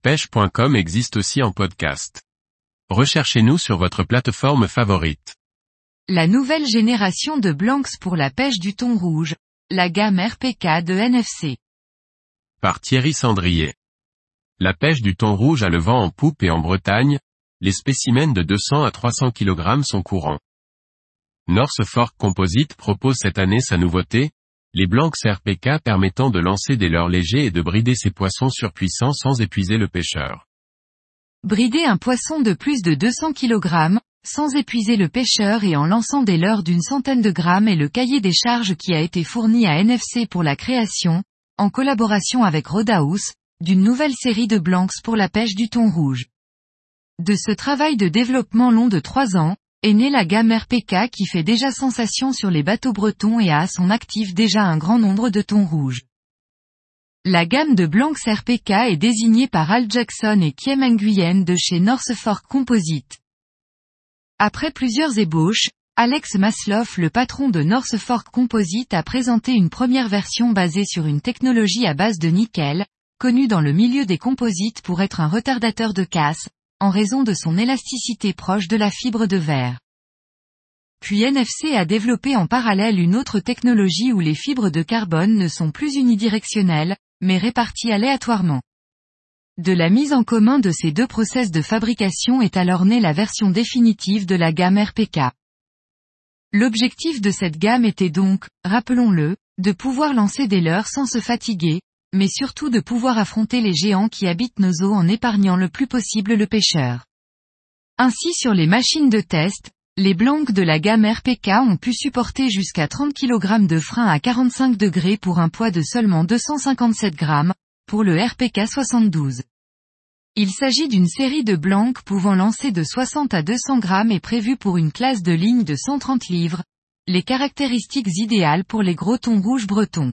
pêche.com existe aussi en podcast. Recherchez-nous sur votre plateforme favorite. La nouvelle génération de blanks pour la pêche du thon rouge, la gamme RPK de NFC. Par Thierry Sandrier. La pêche du thon rouge a le vent en poupe et en Bretagne, les spécimens de 200 à 300 kg sont courants. North Fork Composite propose cette année sa nouveauté, les blanks RPK permettant de lancer des leurres légers et de brider ses poissons surpuissants sans épuiser le pêcheur. Brider un poisson de plus de 200 kg, sans épuiser le pêcheur et en lançant des leurres d'une centaine de grammes est le cahier des charges qui a été fourni à NFC pour la création, en collaboration avec Rodaus, d'une nouvelle série de blanks pour la pêche du thon rouge. De ce travail de développement long de 3 ans, est née la gamme RPK qui fait déjà sensation sur les bateaux bretons et a à son actif déjà un grand nombre de thons rouges. La gamme de blanks RPK est désignée par Al Jackson et Kiem Nguyen de chez North Fork Composite. Après plusieurs ébauches, Alex Masloff, le patron de North Fork Composite, a présenté une première version basée sur une technologie à base de nickel, connue dans le milieu des composites pour être un retardateur de casse, en raison de son élasticité proche de la fibre de verre. Puis NFC a développé en parallèle une autre technologie où les fibres de carbone ne sont plus unidirectionnelles, mais réparties aléatoirement. De la mise en commun de ces deux process de fabrication est alors née la version définitive de la gamme RPK. L'objectif de cette gamme était donc, rappelons-le, de pouvoir lancer des leurres sans se fatiguer, mais surtout de pouvoir affronter les géants qui habitent nos eaux en épargnant le plus possible le pêcheur. Ainsi sur les machines de test, les blanks de la gamme RPK ont pu supporter jusqu'à 30 kg de frein à 45 degrés pour un poids de seulement 257 grammes, pour le RPK 72. Il s'agit d'une série de blanks pouvant lancer de 60 à 200 grammes et prévue pour une classe de ligne de 130 livres, les caractéristiques idéales pour les gros thons rouges bretons.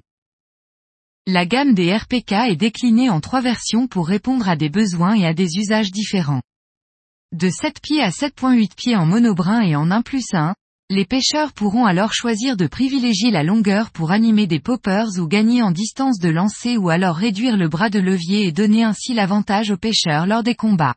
La gamme des RPK est déclinée en 3 versions pour répondre à des besoins et à des usages différents. De 7 pieds à 7.8 pieds en monobrin et en 1+1, les pêcheurs pourront alors choisir de privilégier la longueur pour animer des poppers ou gagner en distance de lancer ou alors réduire le bras de levier et donner ainsi l'avantage aux pêcheurs lors des combats.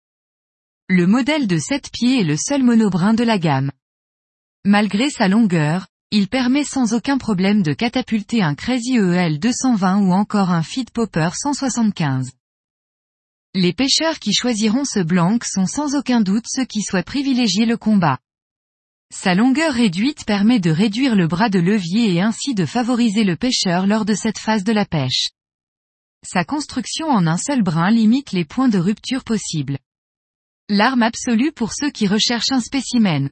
Le modèle de 7 pieds est le seul monobrin de la gamme. Malgré sa longueur, il permet sans aucun problème de catapulter un Crazy EEL 220 ou encore un Feed Popper 175. Les pêcheurs qui choisiront ce blank sont sans aucun doute ceux qui souhaitent privilégier le combat. Sa longueur réduite permet de réduire le bras de levier et ainsi de favoriser le pêcheur lors de cette phase de la pêche. Sa construction en un seul brin limite les points de rupture possibles. L'arme absolue pour ceux qui recherchent un spécimen.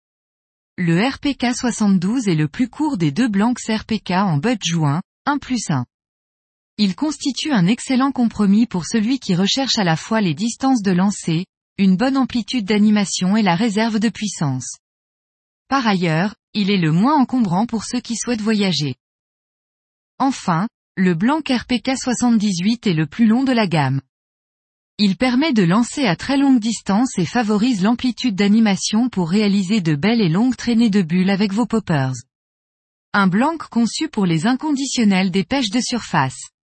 Le RPK 72 est le plus court des deux blanks RPK en butt joint, 1+1. Il constitue un excellent compromis pour celui qui recherche à la fois les distances de lancer, une bonne amplitude d'animation et la réserve de puissance. Par ailleurs, il est le moins encombrant pour ceux qui souhaitent voyager. Enfin, le blank RPK 78 est le plus long de la gamme. Il permet de lancer à très longue distance et favorise l'amplitude d'animation pour réaliser de belles et longues traînées de bulles avec vos poppers. Un blank conçu pour les inconditionnels des pêches de surface.